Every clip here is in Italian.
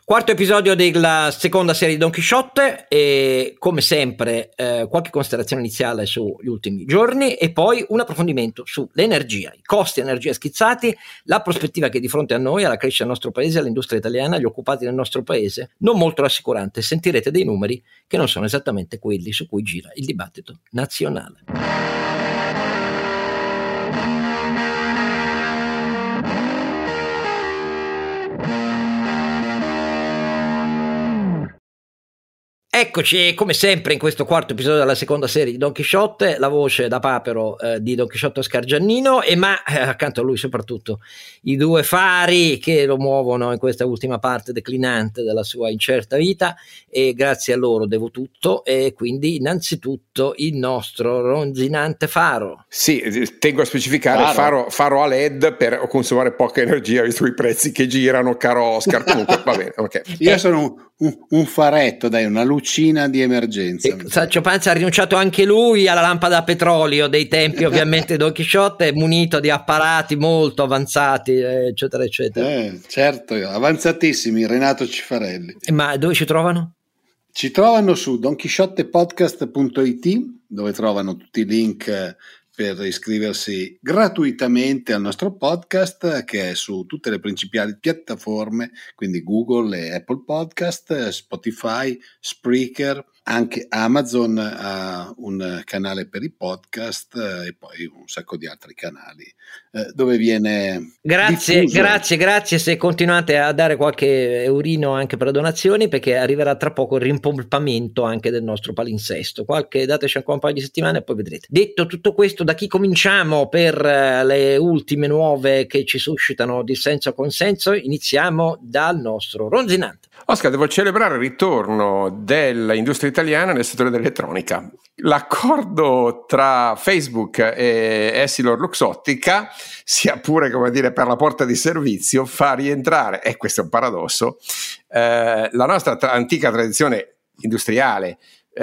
Quarto episodio della seconda serie di Don Chisciotte e come sempre qualche considerazione iniziale sugli ultimi giorni e poi un approfondimento sull'energia, i costi di energia schizzati, la prospettiva che è di fronte a noi, alla crescita del nostro paese, all'industria italiana, agli occupati del nostro paese, non molto rassicurante. Sentirete dei numeri che non sono esattamente quelli su cui gira il dibattito nazionale. Eccoci come sempre in questo quarto episodio della seconda serie di Don Chisciotte, la voce da papero di Don Chisciotte Oscar Giannino accanto a lui soprattutto i due fari che lo muovono in questa ultima parte declinante della sua incerta vita e grazie a loro devo tutto e quindi innanzitutto il nostro ronzinante faro. Sì, tengo a specificare faro a LED per consumare poca energia visto i prezzi che girano, caro Oscar. Comunque va bene, ok. Io sono un faretto, dai, una lucina di emergenza. Sancio Panza ha rinunciato anche lui alla lampada a petrolio dei tempi ovviamente Don Chisciotte, è munito di apparati molto avanzati eccetera eccetera. Certo, avanzatissimi, Renato Cifarelli. Ma dove ci trovano? Ci trovano su donchisciottepodcast.it dove trovano tutti i link per iscriversi gratuitamente al nostro podcast che è su tutte le principali piattaforme, quindi Google e Apple Podcast, Spotify, Spreaker, anche Amazon ha un canale per i podcast e poi un sacco di altri canali dove viene grazie se continuate a dare qualche eurino anche per le donazioni perché arriverà tra poco il rimpolpamento anche del nostro palinsesto, dateci ancora un paio di settimane e poi vedrete. Detto tutto questo, da chi cominciamo per le ultime nuove che ci suscitano dissenso o consenso? Iniziamo dal nostro ronzinante. Oscar, devo celebrare il ritorno dell'industria italiana nel settore dell'elettronica. L'accordo tra Facebook e Essilor Luxottica, sia pure come dire per la porta di servizio, fa rientrare, e questo è un paradosso, la nostra antica tradizione industriale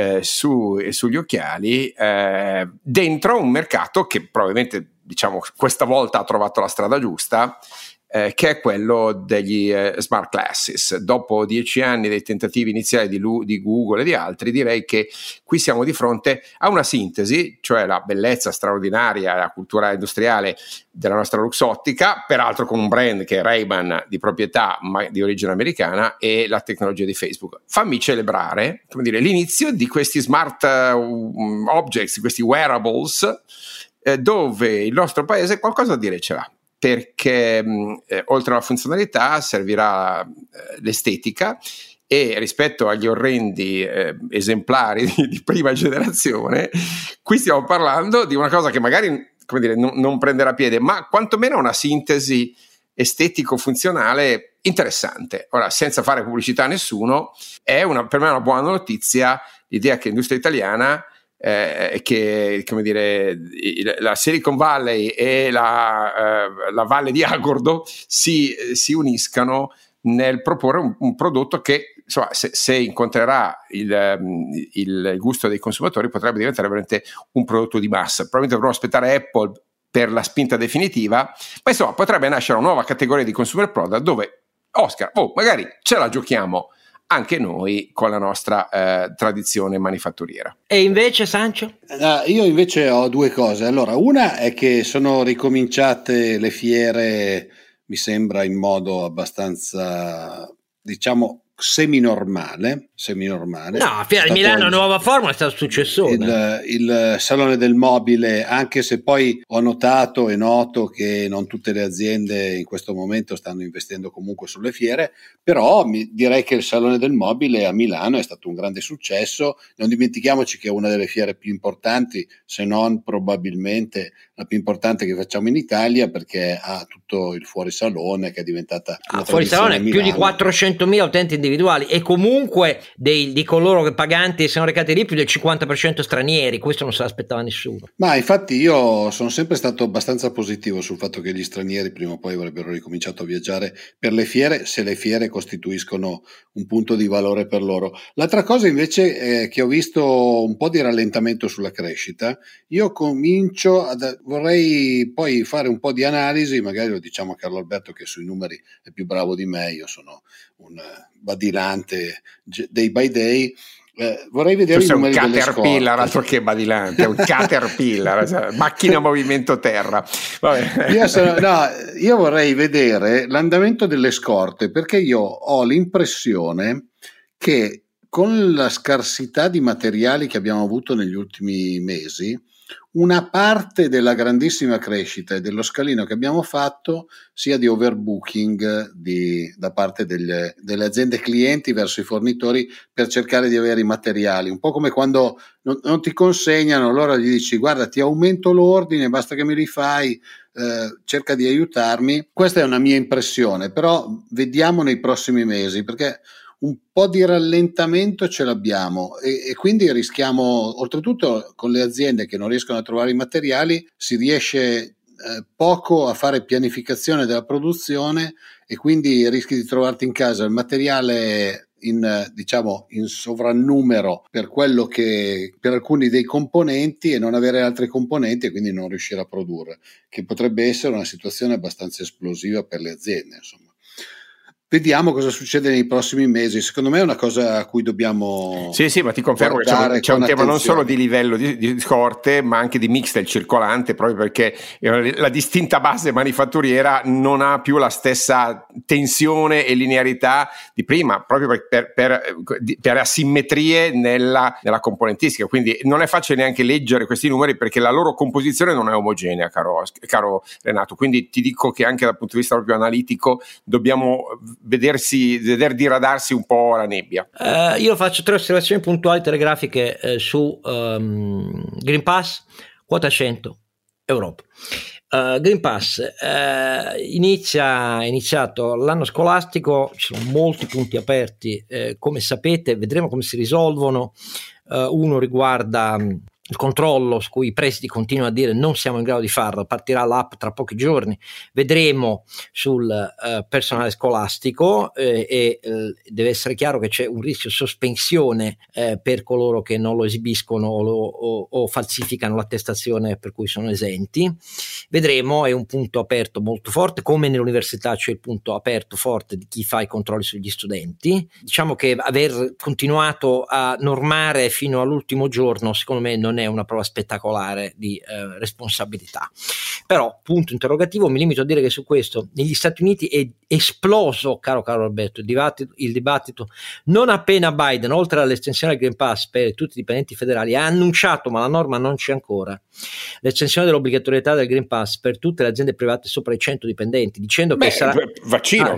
sugli occhiali dentro un mercato che probabilmente diciamo questa volta ha trovato la strada giusta, che è quello degli smart glasses. Dopo 10 anni dei tentativi iniziali di Google e di altri, direi che qui siamo di fronte a una sintesi, cioè la bellezza straordinaria, la cultura industriale della nostra Luxottica, peraltro con un brand che è Ray-Ban di proprietà ma di origine americana, e la tecnologia di Facebook. Fammi celebrare, come dire, l'inizio di questi smart objects, questi wearables, dove il nostro paese qualcosa da dire ce l'ha. Perché oltre alla funzionalità servirà l'estetica e rispetto agli orrendi esemplari di prima generazione, qui stiamo parlando di una cosa che magari come dire, non prenderà piede, ma quantomeno una sintesi estetico-funzionale interessante. Ora, senza fare pubblicità a nessuno, per me è una buona notizia l'idea che l'industria italiana che come dire la Silicon Valley e la Valle di Agordo si uniscano nel proporre un prodotto che insomma, se incontrerà il gusto dei consumatori potrebbe diventare veramente un prodotto di massa. Probabilmente dovremo aspettare Apple per la spinta definitiva, ma insomma potrebbe nascere una nuova categoria di consumer product dove Oscar, magari ce la giochiamo anche noi con la nostra tradizione manifatturiera. E invece Sancio? Io invece ho due cose. Allora, una è che sono ricominciate le fiere, mi sembra in modo abbastanza, diciamo, seminormale. No, Fiera di Milano nuova formula è stato successore. Il Salone del Mobile, anche se poi ho notato e noto che non tutte le aziende in questo momento stanno investendo comunque sulle fiere, però direi che il Salone del Mobile a Milano è stato un grande successo. Non dimentichiamoci che è una delle fiere più importanti, se non probabilmente la più importante che facciamo in Italia, perché ha tutto il fuorisalone che è diventata una fuorisalone più di 400.000 utenti individuali e comunque di coloro che paganti sono recati lì più del 50% stranieri. Questo non se l'aspettava nessuno. Ma infatti io sono sempre stato abbastanza positivo sul fatto che gli stranieri prima o poi avrebbero ricominciato a viaggiare per le fiere, se le fiere costituiscono un punto di valore per loro. L'altra cosa invece è che ho visto un po' di rallentamento sulla crescita. Io vorrei poi fare un po' di analisi, magari lo diciamo a Carlo Alberto che sui numeri è più bravo di me, io sono un badilante day by day. Vorrei vedere i numeri delle scorte. Caterpillar, altro che badilante, è un Caterpillar, macchina a movimento terra. Io vorrei vedere l'andamento delle scorte, perché io ho l'impressione che con la scarsità di materiali che abbiamo avuto negli ultimi mesi, una parte della grandissima crescita e dello scalino che abbiamo fatto sia di overbooking da parte delle aziende clienti verso i fornitori per cercare di avere i materiali, un po' come quando non ti consegnano, allora gli dici guarda ti aumento l'ordine, basta che me li fai, cerca di aiutarmi. Questa è una mia impressione, però vediamo nei prossimi mesi, perché un po' di rallentamento ce l'abbiamo e quindi rischiamo, oltretutto con le aziende che non riescono a trovare i materiali, si riesce poco a fare pianificazione della produzione e quindi rischi di trovarti in casa il materiale in sovrannumero per alcuni dei componenti e non avere altri componenti e quindi non riuscire a produrre, che potrebbe essere una situazione abbastanza esplosiva per le aziende, insomma. Vediamo cosa succede nei prossimi mesi. Secondo me è una cosa a cui dobbiamo sì, ma ti confermo che c'è un tema non solo di livello di scorte, ma anche di mix del circolante, proprio perché la distinta base manifatturiera non ha più la stessa tensione e linearità di prima, proprio per asimmetrie nella componentistica. Quindi non è facile neanche leggere questi numeri perché la loro composizione non è omogenea, caro Renato. Quindi ti dico che anche dal punto di vista proprio analitico dobbiamo veder diradarsi un po' la nebbia. Io faccio 3 osservazioni puntuali telegrafiche su Green Pass, quota 100 Europa. Green Pass è iniziato l'anno scolastico, ci sono molti punti aperti, come sapete, vedremo come si risolvono. Uno riguarda il controllo, su cui i presidi continuano a dire non siamo in grado di farlo, partirà l'app tra pochi giorni, vedremo sul personale scolastico e deve essere chiaro che c'è un rischio sospensione per coloro che non lo esibiscono o falsificano l'attestazione per cui sono esenti. Vedremo, è un punto aperto molto forte, come nell'università c'è il punto aperto forte di chi fa i controlli sugli studenti. Diciamo che aver continuato a normare fino all'ultimo giorno secondo me non è una prova spettacolare di responsabilità, però punto interrogativo. Mi limito a dire che su questo negli Stati Uniti è esploso, caro Alberto, il dibattito non appena Biden, oltre all'estensione del Green Pass per tutti i dipendenti federali, ha annunciato, ma la norma non c'è ancora, l'estensione dell'obbligatorietà del Green Pass per tutte le aziende private sopra i 100 dipendenti, dicendo che sarà vaccino.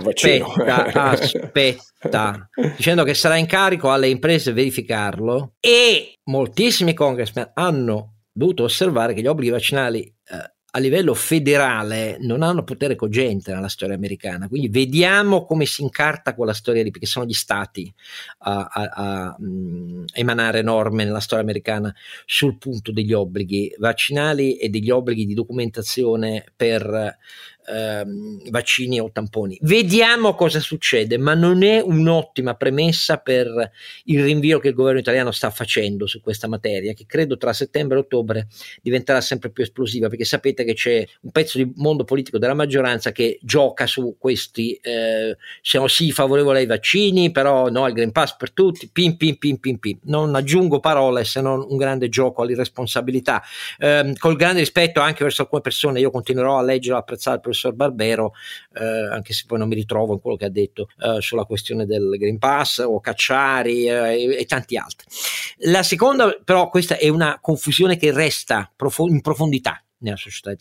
Aspetta, dicendo che sarà in carico alle imprese verificarlo, e moltissimi congressmen hanno dovuto osservare che gli obblighi vaccinali a livello federale non hanno potere cogente nella storia americana, quindi vediamo come si incarta quella storia lì, perché sono gli stati a emanare norme nella storia americana sul punto degli obblighi vaccinali e degli obblighi di documentazione per vaccini o tamponi. Vediamo cosa succede, ma non è un'ottima premessa per il rinvio che il governo italiano sta facendo su questa materia, che credo tra settembre e ottobre diventerà sempre più esplosiva, perché sapete che c'è un pezzo di mondo politico della maggioranza che gioca su questi siamo sì favorevoli ai vaccini, però no al Green Pass per tutti, pim. Non aggiungo parole se non un grande gioco all'irresponsabilità, col grande rispetto anche verso alcune persone. Io continuerò a leggere e apprezzare il professor Barbero, anche se poi non mi ritrovo in quello che ha detto sulla questione del Green Pass o Cacciari e tanti altri. La seconda, però, questa è una confusione che resta in profondità nella società italiana.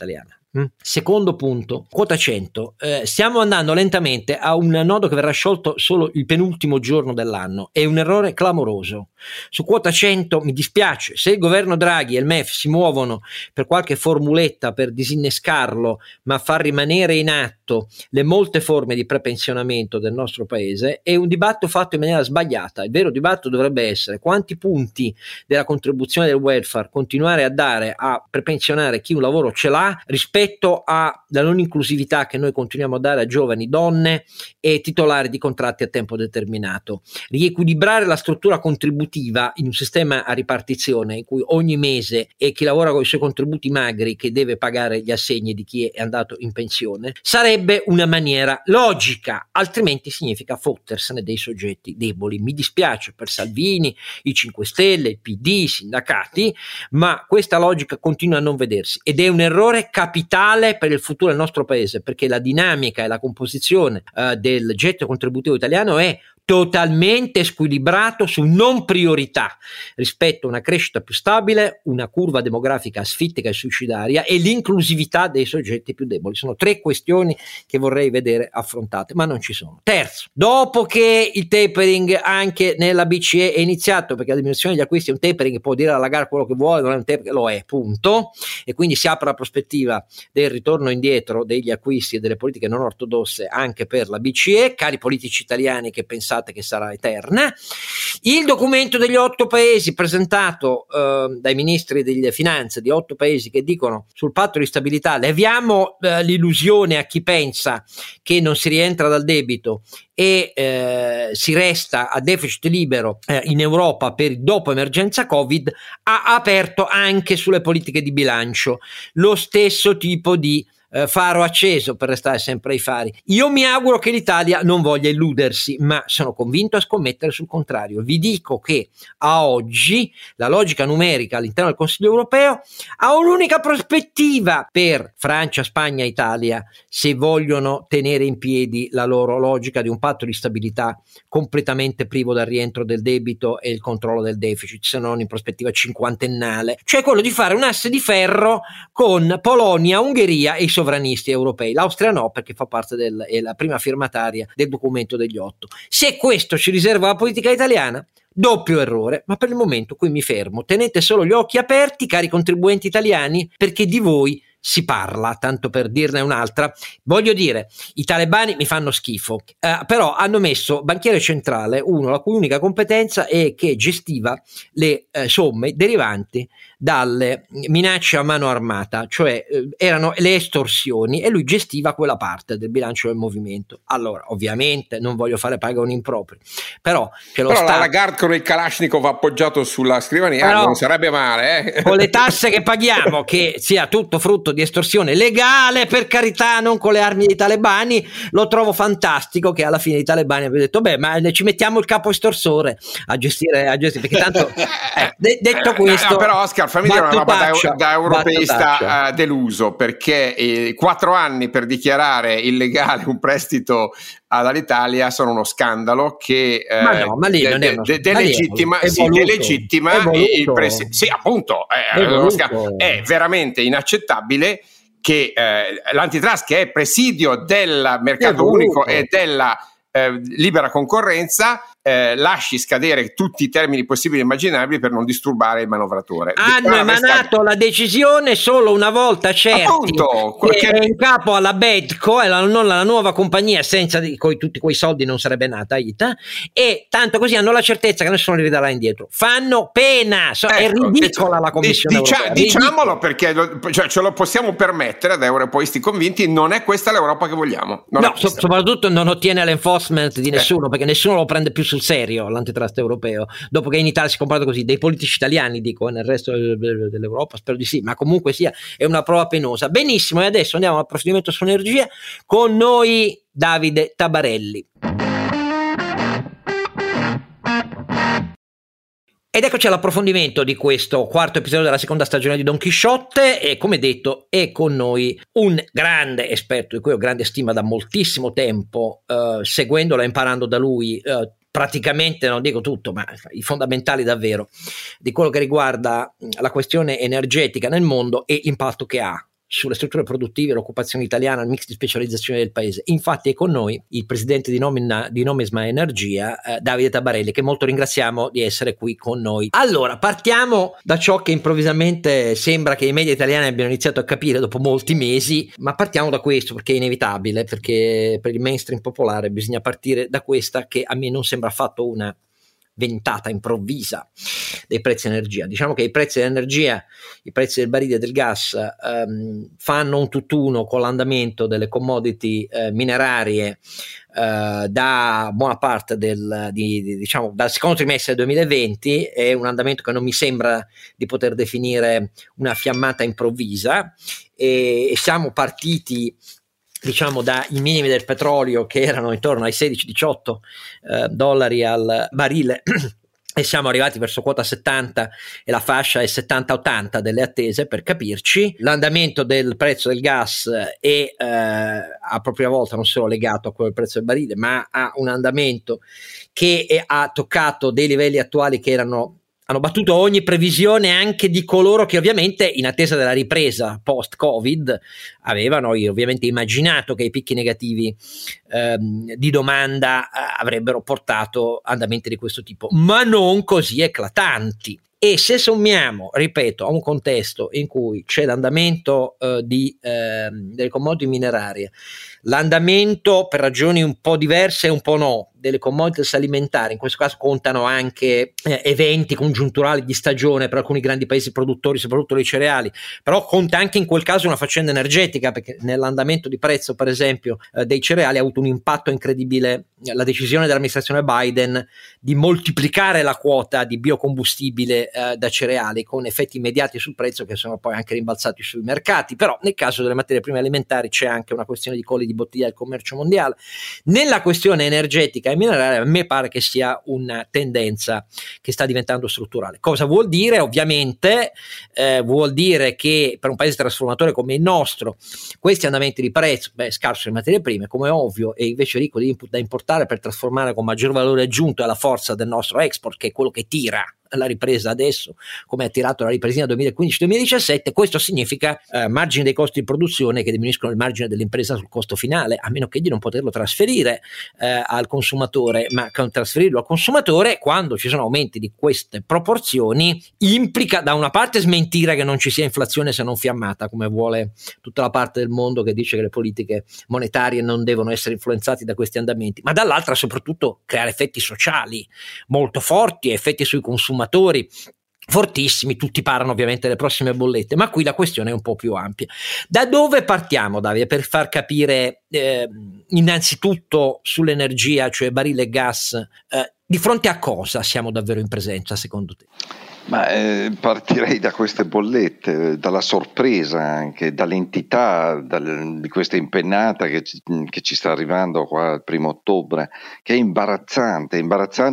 Secondo punto, quota 100. Stiamo andando lentamente a un nodo che verrà sciolto solo il penultimo giorno dell'anno. È un errore clamoroso. Su quota 100 mi dispiace, se il governo Draghi e il MEF si muovono per qualche formuletta per disinnescarlo, ma far rimanere in atto le molte forme di prepensionamento del nostro paese, è un dibattito fatto in maniera sbagliata. Il vero dibattito dovrebbe essere quanti punti della contribuzione del welfare continuare a dare a prepensionare chi un lavoro ce l'ha rispetto alla non inclusività che noi continuiamo a dare a giovani, donne e titolari di contratti a tempo determinato. Riequilibrare la struttura contributiva in un sistema a ripartizione in cui ogni mese è chi lavora con i suoi contributi magri che deve pagare gli assegni di chi è andato in pensione sarebbe una maniera logica, altrimenti significa fottersene dei soggetti deboli. Mi dispiace per Salvini, i 5 Stelle, il PD, i sindacati, ma questa logica continua a non vedersi ed è un errore capitale per il futuro del nostro paese, perché la dinamica e la composizione del gettito contributivo italiano è totalmente squilibrato su non priorità rispetto a una crescita più stabile, una curva demografica asfittica e suicidaria e l'inclusività dei soggetti più deboli. Sono 3 questioni che vorrei vedere affrontate, ma non ci sono. Terzo, dopo che il tapering anche nella BCE è iniziato, perché la diminuzione degli acquisti è un tapering che può dire alla Lagarde quello che vuole, non è un tapering, lo è, punto, e quindi si apre la prospettiva del ritorno indietro degli acquisti e delle politiche non ortodosse anche per la BCE. Cari politici italiani che pensate che sarà eterna, il documento degli 8 paesi presentato dai ministri delle finanze di 8 paesi che dicono sul patto di stabilità leviamo l'illusione a chi pensa che non si rientra dal debito e si resta a deficit libero in Europa per il dopo emergenza Covid, ha aperto anche sulle politiche di bilancio lo stesso tipo di faro acceso, per restare sempre ai fari. Io mi auguro che l'Italia non voglia illudersi, ma sono convinto a scommettere sul contrario. Vi dico che a oggi la logica numerica all'interno del Consiglio europeo ha un'unica prospettiva per Francia, Spagna, Italia, se vogliono tenere in piedi la loro logica di un patto di stabilità completamente privo dal rientro del debito e il controllo del deficit, se non in prospettiva cinquantennale, cioè quello di fare un asse di ferro con Polonia, Ungheria e i sovranisti europei. L'Austria no, perché fa parte è la prima firmataria del documento degli 8. Se questo ci riserva la politica italiana, doppio errore, ma per il momento qui mi fermo. Tenete solo gli occhi aperti, cari contribuenti italiani, perché di voi si parla, tanto per dirne un'altra. Voglio dire, i talebani mi fanno schifo, però hanno messo banchiere centrale, uno la cui unica competenza è che gestiva le somme derivanti dalle minacce a mano armata, cioè erano le estorsioni, e lui gestiva quella parte del bilancio del movimento. Allora, ovviamente non voglio fare paragoni impropri, però che lo la Lagarde con il Kalashnikov appoggiato sulla scrivania, però, non sarebbe male, con le tasse che paghiamo, che sia tutto frutto di estorsione legale, per carità, non con le armi dei talebani. Lo trovo fantastico che alla fine i talebani abbiano detto ma ci mettiamo il capo estorsore a gestire perché tanto detto questo, però Oscar, fammi dire una roba da europeista deluso, perché 4 anni per dichiarare illegale un prestito all'Italia sono uno scandalo che delegittima il prestito. Sì, appunto, è veramente inaccettabile che l'antitrust, che è presidio del mercato unico e della libera concorrenza, lasci scadere tutti i termini possibili e immaginabili per non disturbare il manovratore. Hanno emanato la decisione solo una volta certi che è in capo alla Bedco, non la nuova compagnia, senza tutti quei soldi non sarebbe nata ITA, e tanto così hanno la certezza che nessuno li ridarà indietro. Fanno pena, è ridicola la Commissione europea. Diciamolo, perché ce lo possiamo permettere da europeisti convinti, non è questa l'Europa che vogliamo. Soprattutto non ottiene l'enforcement di nessuno, perché nessuno lo prende più sul serio l'antitrust europeo, dopo che in Italia si è comportato così, dei politici italiani dico, nel resto dell'Europa spero di sì, ma comunque sia è una prova penosa. Benissimo, e adesso andiamo all'approfondimento su energia, con noi Davide Tabarelli. Ed eccoci all'approfondimento di questo 4º episodio della seconda stagione di Don Chisciotte, e come detto è con noi un grande esperto di cui ho grande stima da moltissimo tempo, seguendolo e imparando da lui praticamente, non dico tutto, ma i fondamentali davvero di quello che riguarda la questione energetica nel mondo e l'impatto che ha sulle strutture produttive, l'occupazione italiana, il mix di specializzazione del paese. Infatti è con noi il presidente di Nomisma Energia, Davide Tabarelli, che molto ringraziamo di essere qui con noi. Allora, partiamo da ciò che improvvisamente sembra che i media italiani abbiano iniziato a capire dopo molti mesi, ma partiamo da questo perché è inevitabile, perché per il mainstream popolare bisogna partire da questa che a me non sembra affatto una ventata improvvisa dei prezzi energia. Diciamo che i prezzi dell'energia, i prezzi del barile del gas fanno un tutt'uno con l'andamento delle commodity minerarie da buona parte diciamo dal secondo trimestre del 2020. È un andamento che non mi sembra di poter definire una fiammata improvvisa, e siamo partiti diciamo dai minimi del petrolio che erano intorno ai 16-18 dollari al barile e siamo arrivati verso quota 70 e la fascia è 70-80 delle attese, per capirci. L'andamento del prezzo del gas è a propria volta non solo legato a quello del prezzo del barile, ma ha un andamento che ha toccato dei livelli attuali che hanno battuto ogni previsione, anche di coloro che ovviamente in attesa della ripresa post-Covid avevano ovviamente immaginato che i picchi negativi di domanda avrebbero portato andamenti di questo tipo, ma non così eclatanti. E se sommiamo, ripeto, a un contesto in cui c'è l'andamento delle commodity minerarie, l'andamento per ragioni un po' diverse e un po' no delle commodities alimentari, in questo caso contano anche eventi congiunturali di stagione per alcuni grandi paesi produttori, soprattutto dei cereali, però conta anche in quel caso una faccenda energetica, perché nell'andamento di prezzo per esempio dei cereali ha avuto un impatto incredibile la decisione dell'amministrazione Biden di moltiplicare la quota di biocombustibile da cereali, con effetti immediati sul prezzo che sono poi anche rimbalzati sui mercati. Però nel caso delle materie prime alimentari c'è anche una questione di colli di bottiglia del commercio mondiale. Nella questione energetica e mineraria a me pare che sia una tendenza che sta diventando strutturale. Cosa vuol dire? Ovviamente vuol dire che per un paese trasformatore come il nostro questi andamenti di prezzo, scarso le materie prime come è ovvio, e invece ricco di input da importare per trasformare con maggior valore aggiunto alla forza del nostro export, che è quello che tira la ripresa adesso, come ha tirato la ripresina 2015-2017. Questo significa margini dei costi di produzione che diminuiscono il margine dell'impresa sul costo finale, a meno che di non poterlo trasferire al consumatore, ma trasferirlo al consumatore quando ci sono aumenti di queste proporzioni implica da una parte smentire che non ci sia inflazione se non fiammata, come vuole tutta la parte del mondo che dice che le politiche monetarie non devono essere influenzate da questi andamenti, ma dall'altra soprattutto creare effetti sociali molto forti, effetti sui consumatori fortissimi. Tutti parlano ovviamente delle prossime bollette, ma qui la questione è un po' più ampia. Da dove partiamo, Davide, per far capire innanzitutto sull'energia, cioè barile e gas, di fronte a cosa siamo davvero in presenza secondo te? Ma partirei da queste bollette, dalla sorpresa, anche dall'entità di questa impennata che ci sta arrivando qua il 1° ottobre, che è imbarazzante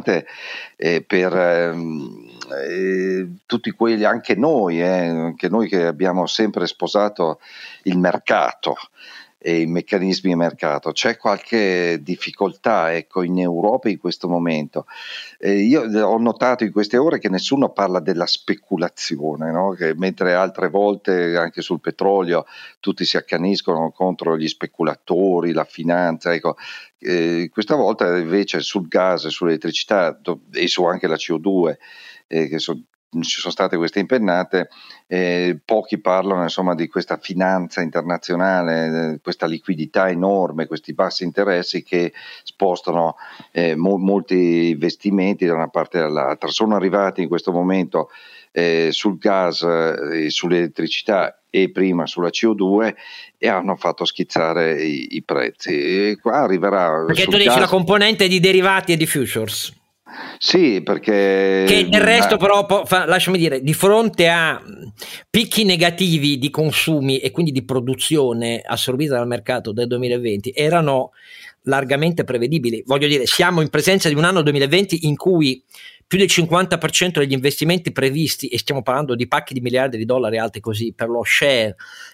per tutti quelli, anche noi che abbiamo sempre sposato il mercato e i meccanismi di mercato. C'è qualche difficoltà in Europa in questo momento. Io ho notato in queste ore che nessuno parla della speculazione, no? Che mentre altre volte anche sul petrolio tutti si accaniscono contro gli speculatori, la finanza, questa volta invece sul gas e sull'elettricità e su anche la CO2 ci sono state queste impennate, pochi parlano insomma di questa finanza internazionale, questa liquidità enorme, questi bassi interessi che spostano molti investimenti da una parte all'altra. Sono arrivati in questo momento sul gas e sull'elettricità e prima sulla CO2 e hanno fatto schizzare i prezzi. E qua arriverà. Perché tu dici la componente di derivati e di futures? Sì, perché che del resto però lasciami dire, di fronte a picchi negativi di consumi e quindi di produzione assorbita dal mercato del 2020 erano largamente prevedibili. Voglio dire, siamo in presenza di un anno 2020 in cui più del 50% degli investimenti previsti, e stiamo parlando di pacchi di miliardi di dollari alti così, per lo shale,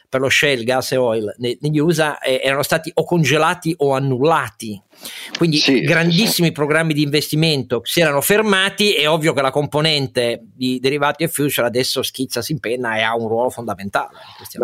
gas e oil negli USA, erano stati o congelati o annullati. Quindi grandissimi programmi di investimento si erano fermati. È ovvio che la componente di derivati e future adesso schizza, si impenna e ha un ruolo fondamentale.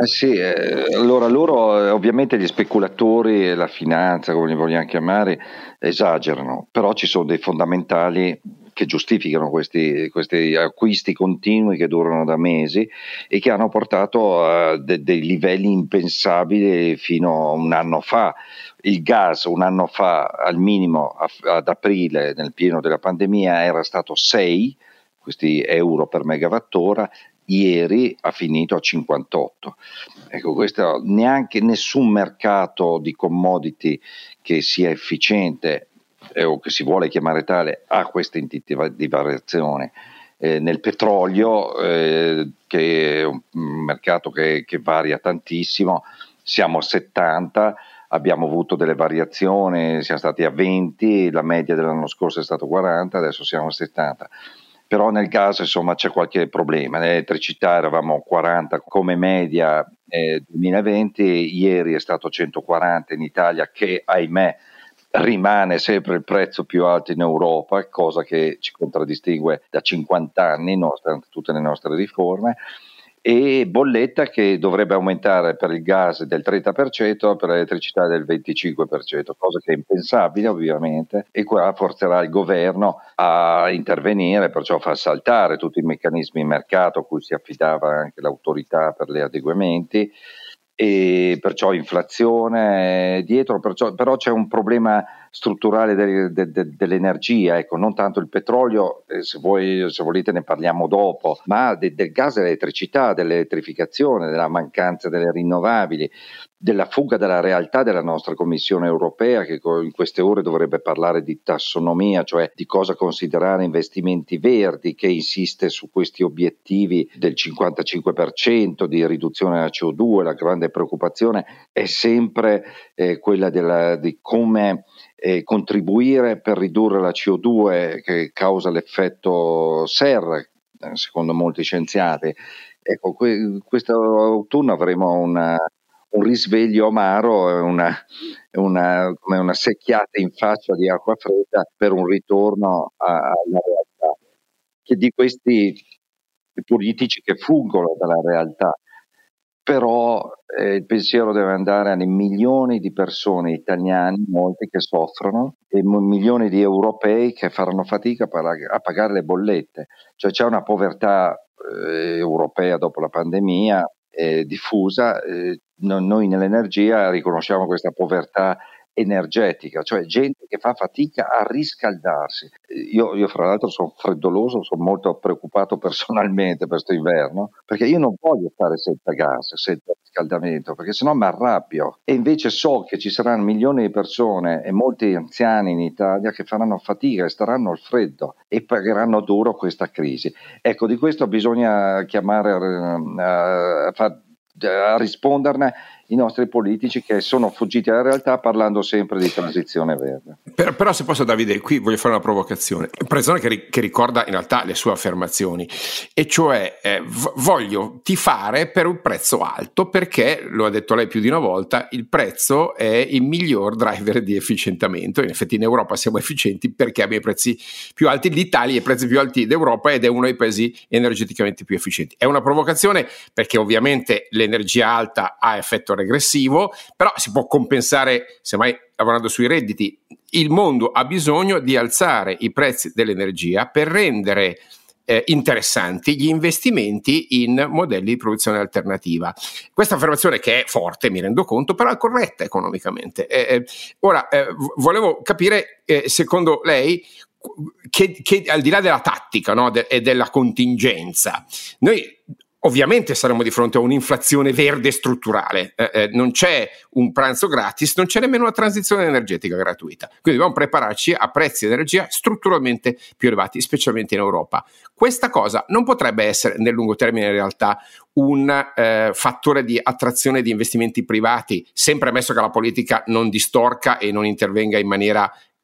Allora loro ovviamente gli speculatori e la finanza, come li vogliamo chiamare, esagerano, però ci sono dei fondamentali che giustificano questi acquisti continui che durano da mesi e che hanno portato a dei livelli impensabili fino a un anno fa. Il gas un anno fa al minimo ad aprile, nel pieno della pandemia, era stato 6 questi euro per megawattora, ieri ha finito a 58. Ecco, questo neanche nessun mercato di commodity che sia efficiente o che si vuole chiamare tale ha questa entità di variazione. Nel petrolio, che è un mercato che varia tantissimo, siamo a 70, abbiamo avuto delle variazioni, siamo stati a 20, la media dell'anno scorso è stato 40, adesso siamo a 70. Però nel gas insomma c'è qualche problema. Nell'elettricità eravamo a 40 come media 2020, ieri è stato 140 in Italia, che ahimè rimane sempre il prezzo più alto in Europa, cosa che ci contraddistingue da 50 anni, nonostante tutte le nostre riforme, e bolletta che dovrebbe aumentare per il gas del 30%, per l'elettricità del 25%, cosa che è impensabile ovviamente, e qua forzerà il governo a intervenire, perciò fa saltare tutti i meccanismi di mercato a cui si affidava anche l'autorità per gli adeguamenti, e perciò inflazione dietro, però c'è un problema strutturale dell'energia, ecco, non tanto il petrolio, se volete ne parliamo dopo, ma del gas e dell'elettricità, dell'elettrificazione, della mancanza delle rinnovabili, della fuga dalla realtà della nostra Commissione europea, che in queste ore dovrebbe parlare di tassonomia, cioè di cosa considerare investimenti verdi, che insiste su questi obiettivi del 55% di riduzione della CO2. La grande preoccupazione è sempre quella di come contribuire per ridurre la CO2 che causa l'effetto serra, secondo molti scienziati. Ecco, questo autunno avremo un risveglio amaro, come una secchiata in faccia di acqua fredda per un ritorno alla realtà, che di questi politici che fuggono dalla realtà. Però il pensiero deve andare alle milioni di persone italiani, molti che soffrono, e milioni di europei che faranno fatica a pagare le bollette. Cioè c'è una povertà europea dopo la pandemia diffusa. Noi nell'energia riconosciamo questa povertà energetica, cioè gente che fa fatica a riscaldarsi. Io fra l'altro sono freddoloso, sono molto preoccupato personalmente per questo inverno, perché io non voglio stare senza gas, senza riscaldamento, perché sennò mi arrabbio, e invece so che ci saranno milioni di persone e molti anziani in Italia che faranno fatica e staranno al freddo e pagheranno duro questa crisi. Ecco, di questo bisogna chiamare a risponderne i nostri politici, che sono fuggiti dalla realtà parlando sempre di transizione verde. Però se posso, Davide, qui voglio fare una provocazione che ricorda in realtà le sue affermazioni, e cioè voglio tifare per un prezzo alto, perché, lo ha detto lei più di una volta, il prezzo è il miglior driver di efficientamento. In effetti in Europa siamo efficienti perché abbiamo i prezzi più alti, l'Italia ha i prezzi più alti d'Europa ed è uno dei paesi energeticamente più efficienti. È una provocazione perché ovviamente l'energia alta ha effetto regressivo, però si può compensare, semmai lavorando sui redditi. Il mondo ha bisogno di alzare i prezzi dell'energia per rendere interessanti gli investimenti in modelli di produzione alternativa. Questa affermazione, che è forte, mi rendo conto, però è corretta economicamente. Ora, volevo capire, secondo lei, che al di là della tattica, no, e della contingenza, noi ovviamente saremo di fronte a un'inflazione verde strutturale, non c'è un pranzo gratis, non c'è nemmeno una transizione energetica gratuita, quindi dobbiamo prepararci a prezzi di energia strutturalmente più elevati, specialmente in Europa. Questa cosa non potrebbe essere nel lungo termine in realtà un fattore di attrazione di investimenti privati, sempre ammesso che la politica non distorca e non intervenga in maniera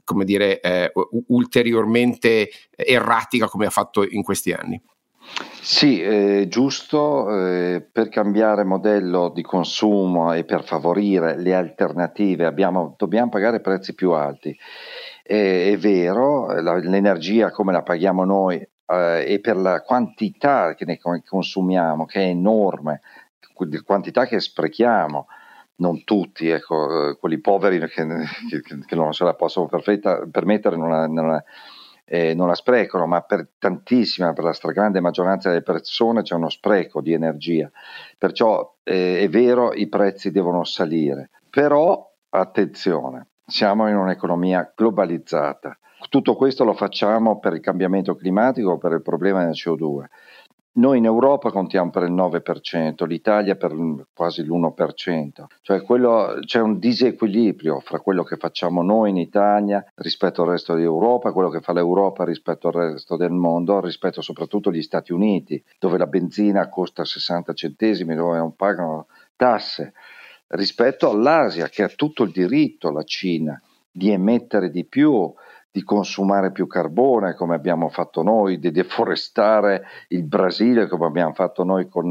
come dire, ulteriormente erratica come ha fatto in questi anni. Sì, giusto, per cambiare modello di consumo e per favorire le alternative dobbiamo pagare prezzi più alti. È vero, l'energia come la paghiamo noi e per la quantità che ne consumiamo, che è enorme, la quantità che sprechiamo, non tutti, ecco, quelli poveri che non se la possono permettere non la sprecano, ma per la stragrande maggioranza delle persone c'è uno spreco di energia, perciò è vero, i prezzi devono salire, però attenzione, siamo in un'economia globalizzata, tutto questo lo facciamo per il cambiamento climatico, per il problema del CO2. Noi in Europa contiamo per il 9%, l'Italia per quasi l'1%, cioè c'è un disequilibrio fra quello che facciamo noi in Italia rispetto al resto dell'Europa, quello che fa l'Europa rispetto al resto del mondo, rispetto soprattutto agli Stati Uniti, dove la benzina costa 60 centesimi, dove non pagano tasse, rispetto all'Asia che ha tutto il diritto, la Cina, di emettere di più, di consumare più carbone come abbiamo fatto noi, di deforestare il Brasile come abbiamo fatto noi con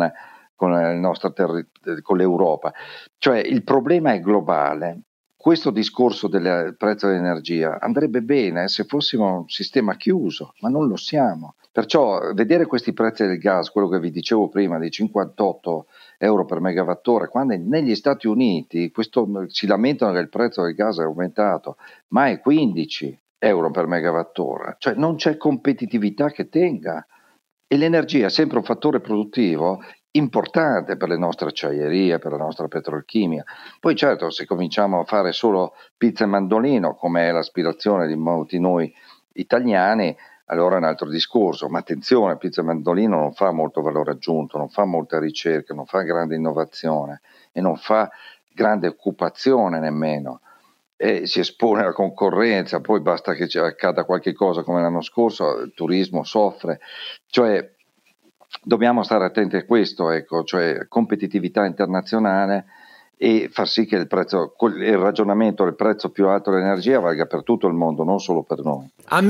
l'Europa. Cioè il problema è globale. Questo discorso del prezzo dell'energia andrebbe bene se fossimo un sistema chiuso, ma non lo siamo. Perciò vedere questi prezzi del gas, quello che vi dicevo prima, di 58 euro per megawattora, quando negli Stati Uniti si lamentano che il prezzo del gas è aumentato, ma è 15 euro per megawattora, cioè non c'è competitività che tenga, e l'energia è sempre un fattore produttivo importante per le nostre acciaierie, per la nostra petrolchimica. Poi certo, se cominciamo a fare solo pizza e mandolino, come è l'aspirazione di molti noi italiani, allora è un altro discorso, ma attenzione, pizza e mandolino non fa molto valore aggiunto, non fa molta ricerca, non fa grande innovazione e non fa grande occupazione nemmeno. E si espone alla concorrenza, poi basta che accada qualche cosa come l'anno scorso, il turismo soffre, cioè dobbiamo stare attenti a questo, ecco, cioè competitività internazionale e far sì che il ragionamento del prezzo più alto dell'energia valga per tutto il mondo, non solo per noi.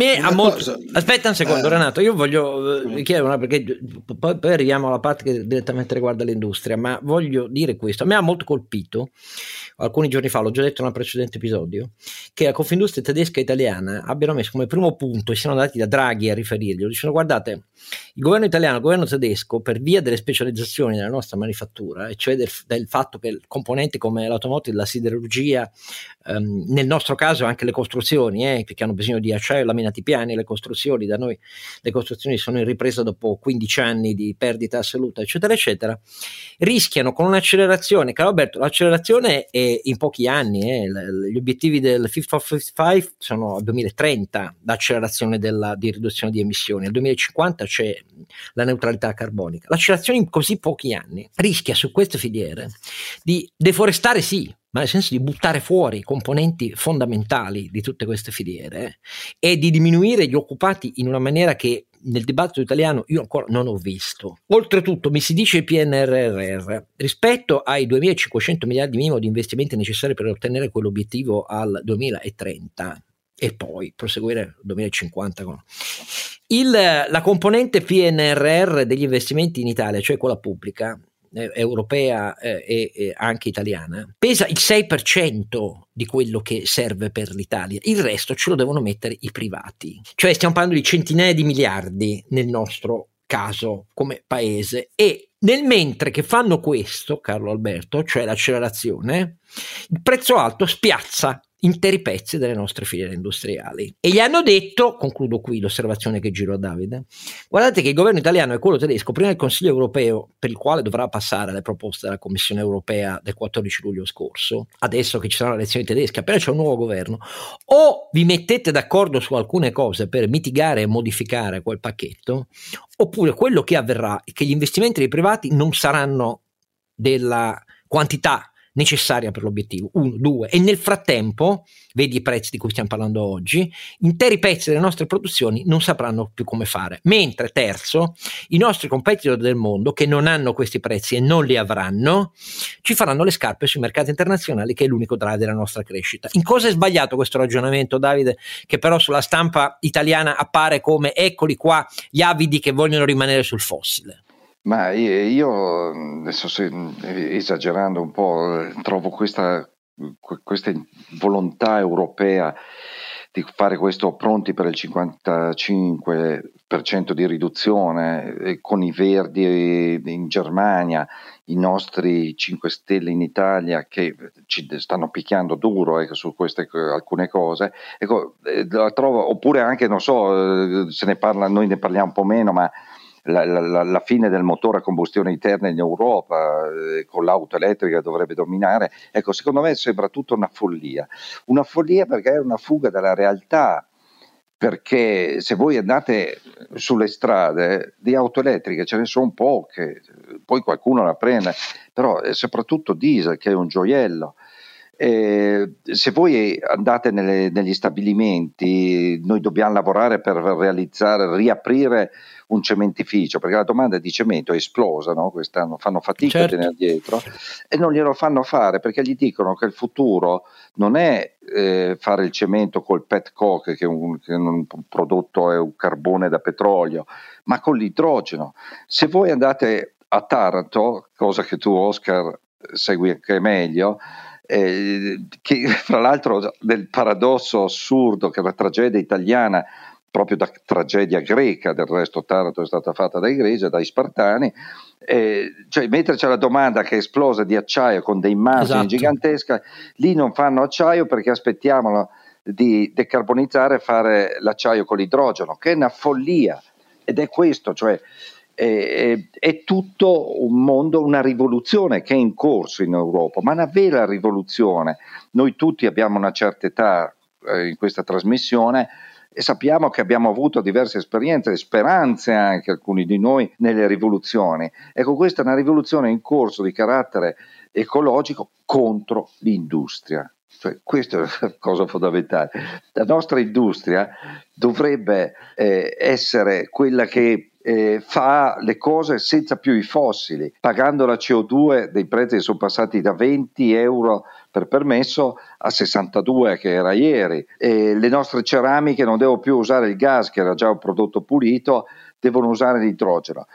Aspetta un secondo, Renato, io voglio chiedere perché poi arriviamo alla parte che direttamente riguarda l'industria, ma voglio dire questo. A me ha molto colpito alcuni giorni fa, l'ho già detto in un precedente episodio, che la Confindustria tedesca e italiana abbiano messo come primo punto e siano andati da Draghi a riferirglielo, dicendo: guardate, il governo italiano, il governo tedesco, per via delle specializzazioni della nostra manifattura, e cioè del fatto che componenti come l'automotive, la siderurgia, nel nostro caso anche le costruzioni, perché hanno bisogno di acciaio, laminati piani, le costruzioni, da noi le costruzioni sono in ripresa dopo 15 anni di perdita assoluta, eccetera eccetera, rischiano con un'accelerazione, caro Alberto, l'accelerazione è in pochi anni, gli obiettivi del Fit for 55 sono al 2030, l'accelerazione di riduzione di emissioni, al 2050 c'è la neutralità carbonica. L'accelerazione in così pochi anni rischia su queste filiere di deforestare, sì, ma nel senso di buttare fuori i componenti fondamentali di tutte queste filiere e di diminuire gli occupati in una maniera che nel dibattito italiano io ancora non ho visto. Oltretutto mi si dice il PNRR, rispetto ai 2.500 miliardi minimo di investimenti necessari per ottenere quell'obiettivo al 2030 e poi proseguire nel 2050 la componente PNRR degli investimenti in Italia, cioè quella pubblica, europea e anche italiana, pesa il 6% di quello che serve per l'Italia, il resto ce lo devono mettere i privati, cioè stiamo parlando di centinaia di miliardi nel nostro caso come paese, e nel mentre che fanno questo, Carlo Alberto, cioè l'accelerazione, il prezzo alto spiazza interi pezzi delle nostre filiere industriali. E gli hanno detto, concludo qui l'osservazione che giro a Davide, guardate che il governo italiano e quello tedesco, prima del Consiglio europeo, per il quale dovrà passare le proposte della Commissione europea del 14 luglio scorso, adesso che ci saranno le elezioni tedesche, appena c'è un nuovo governo, o vi mettete d'accordo su alcune cose per mitigare e modificare quel pacchetto, oppure quello che avverrà è che gli investimenti dei privati non saranno della quantità necessaria per l'obiettivo, 1, 2, e nel frattempo, vedi i prezzi di cui stiamo parlando oggi, interi pezzi delle nostre produzioni non sapranno più come fare, mentre terzo, i nostri competitor del mondo che non hanno questi prezzi e non li avranno, ci faranno le scarpe sui mercati internazionali, che è l'unico drive della nostra crescita. In cosa è sbagliato questo ragionamento, Davide, che però sulla stampa italiana appare come eccoli qua gli avidi che vogliono rimanere sul fossile? Ma io adesso, esagerando un po', trovo questa volontà europea di fare questo pronti per il 55% di riduzione, con i Verdi in Germania, i nostri 5 Stelle in Italia che ci stanno picchiando duro su queste alcune cose, la trovo, oppure anche, non so, se ne parla, noi ne parliamo un po' meno, ma la fine del motore a combustione interna in Europa, con l'auto elettrica dovrebbe dominare. Ecco, secondo me sembra tutta una follia perché è una fuga dalla realtà, perché se voi andate sulle strade di auto elettriche ce ne sono poche, poi qualcuno la prende, però è soprattutto diesel, che è un gioiello. Se voi andate negli stabilimenti, noi dobbiamo lavorare per riaprire un cementificio, perché la domanda di cemento è esplosa, no? Quest'anno fanno fatica a tenere dietro, e non glielo fanno fare perché gli dicono che il futuro non è fare il cemento col petcoke, che è un prodotto, è un carbone da petrolio, ma con l'idrogeno. Se voi andate a Taranto, cosa che tu, Oscar, segui anche meglio, che fra l'altro del paradosso assurdo che la tragedia italiana, proprio da tragedia greca, del resto Taranto è stata fatta dai greci, dai spartani, cioè mentre c'è la domanda che è esplosa di acciaio con dei margini giganteschi, lì non fanno acciaio perché aspettiamo di decarbonizzare e fare l'acciaio con l'idrogeno, che è una follia, ed è questo, cioè è tutto un mondo, una rivoluzione che è in corso in Europa, ma una vera rivoluzione. Noi tutti abbiamo una certa età in questa trasmissione e sappiamo che abbiamo avuto diverse esperienze, speranze anche alcuni di noi nelle rivoluzioni. Ecco, questa è una rivoluzione in corso di carattere ecologico contro l'industria. Cioè, questa è la cosa fondamentale. La nostra industria dovrebbe essere quella che fa le cose senza più i fossili, pagando la CO2 dei prezzi che sono passati da 20 euro per permesso a 62 che era ieri. Le nostre ceramiche non devono più usare il gas, che era già un prodotto pulito, devono usare l'idrogeno.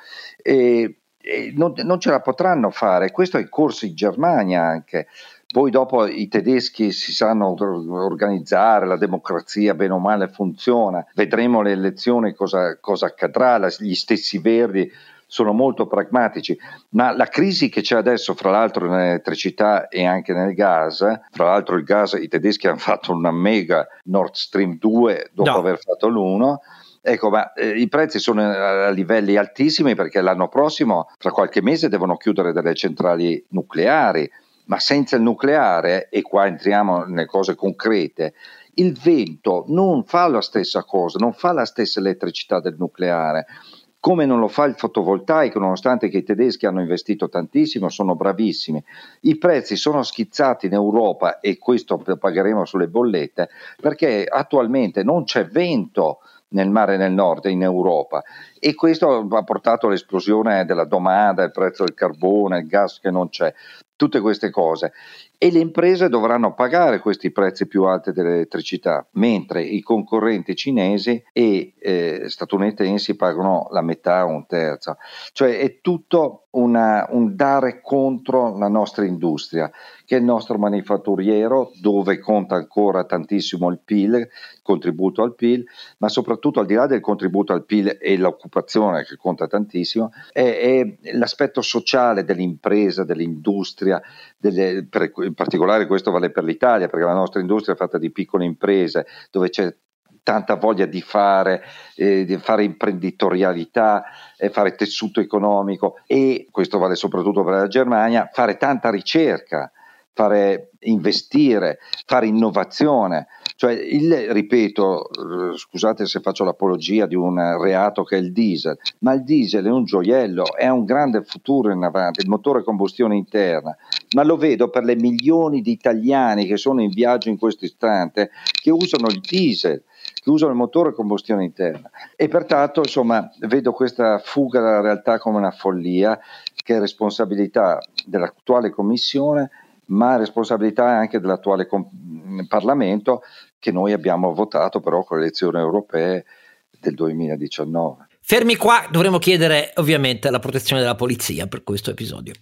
Non ce la potranno fare. Questo è in corso in Germania anche. Poi dopo i tedeschi si sanno organizzare, la democrazia bene o male funziona, vedremo le elezioni cosa accadrà, gli stessi Verdi sono molto pragmatici, ma la crisi che c'è adesso, fra l'altro nell'elettricità e anche nel gas, fra l'altro il gas, i tedeschi hanno fatto una mega Nord Stream 2 dopo aver fatto l'1. Ecco, ma i prezzi sono a livelli altissimi perché l'anno prossimo, tra qualche mese, devono chiudere delle centrali nucleari. Ma senza il nucleare, e qua entriamo nelle cose concrete, il vento non fa la stessa cosa, non fa la stessa elettricità del nucleare, come non lo fa il fotovoltaico, nonostante che i tedeschi hanno investito tantissimo, sono bravissimi. I prezzi sono schizzati in Europa, e questo lo pagheremo sulle bollette, perché attualmente non c'è vento nel mare nel nord in Europa, e questo ha portato all'esplosione della domanda, il prezzo del carbone, il gas che non c'è, tutte queste cose, e le imprese dovranno pagare questi prezzi più alti dell'elettricità, mentre i concorrenti cinesi e statunitensi pagano la metà o un terzo. Cioè è tutto un dare contro la nostra industria, che è il nostro manifatturiero, dove conta ancora tantissimo il PIL, il contributo al PIL, ma soprattutto al di là del contributo al PIL e l'occupazione, che conta tantissimo, è l'aspetto sociale dell'impresa, dell'industria, in particolare questo vale per l'Italia, perché la nostra industria è fatta di piccole imprese, dove c'è tanta voglia di fare imprenditorialità, fare tessuto economico, e questo vale soprattutto per la Germania, fare tanta ricerca. fare investire, fare innovazione. Cioè, ripeto, scusate se faccio l'apologia di un reato che è il diesel, ma il diesel è un gioiello, è un grande futuro in avanti, il motore a combustione interna, ma lo vedo per le milioni di italiani che sono in viaggio in questo istante, che usano il diesel, che usano il motore a combustione interna, e pertanto insomma vedo questa fuga dalla realtà come una follia, che è responsabilità dell'attuale Commissione, ma responsabilità anche dell'attuale Parlamento, che noi abbiamo votato però con le elezioni europee del 2019. Fermi qua, dovremmo chiedere ovviamente la protezione della polizia per questo episodio.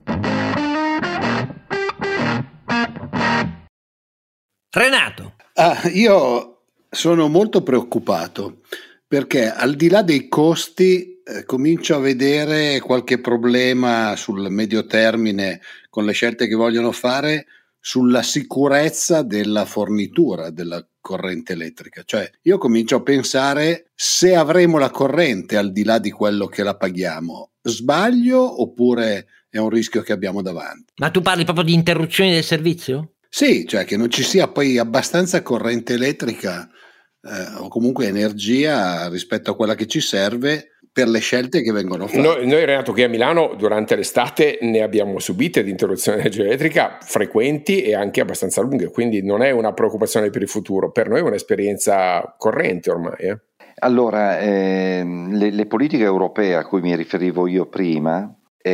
Renato. Io sono molto preoccupato perché al di là dei costi comincio a vedere qualche problema sul medio termine con le scelte che vogliono fare sulla sicurezza della fornitura della corrente elettrica. Cioè, io comincio a pensare, se avremo la corrente al di là di quello che la paghiamo, sbaglio oppure è un rischio che abbiamo davanti? Ma tu parli proprio di interruzioni del servizio? Sì, cioè che non ci sia poi abbastanza corrente elettrica o comunque energia rispetto a quella che ci serve per le scelte che vengono fatte. Noi Renato, qui a Milano durante l'estate ne abbiamo subite di interruzione di energia elettrica frequenti e anche abbastanza lunghe, quindi non è una preoccupazione per il futuro, per noi è un'esperienza corrente ormai. Allora, le politiche europee a cui mi riferivo io prima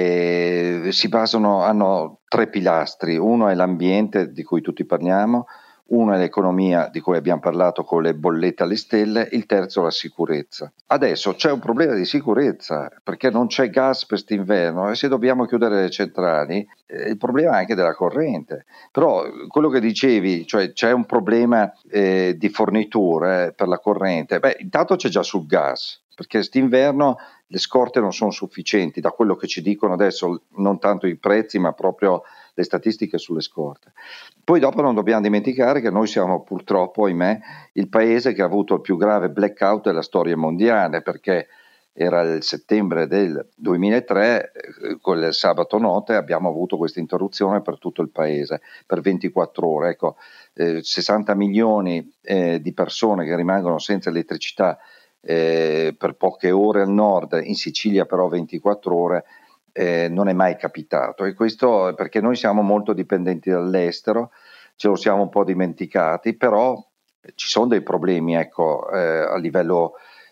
si basano, hanno tre pilastri: uno è l'ambiente di cui tutti parliamo, uno è l'economia di cui abbiamo parlato con le bollette alle stelle, il terzo la sicurezza. Adesso c'è un problema di sicurezza perché non c'è gas per quest'inverno e se dobbiamo chiudere le centrali il problema è anche della corrente. Però quello che dicevi, cioè c'è un problema di forniture per la corrente, intanto c'è già sul gas, perché quest'inverno le scorte non sono sufficienti, da quello che ci dicono adesso, non tanto i prezzi ma proprio le statistiche sulle scorte. Poi dopo non dobbiamo dimenticare che noi siamo purtroppo, ahimè, il paese che ha avuto il più grave blackout della storia mondiale, perché era il settembre del 2003, quel sabato notte abbiamo avuto questa interruzione per tutto il paese, per 24 ore. Ecco, 60 milioni di persone che rimangono senza elettricità per poche ore al nord, in Sicilia però 24 ore, non è mai capitato, e questo perché noi siamo molto dipendenti dall'estero, ce lo siamo un po' dimenticati, però ci sono dei problemi, ecco, a livello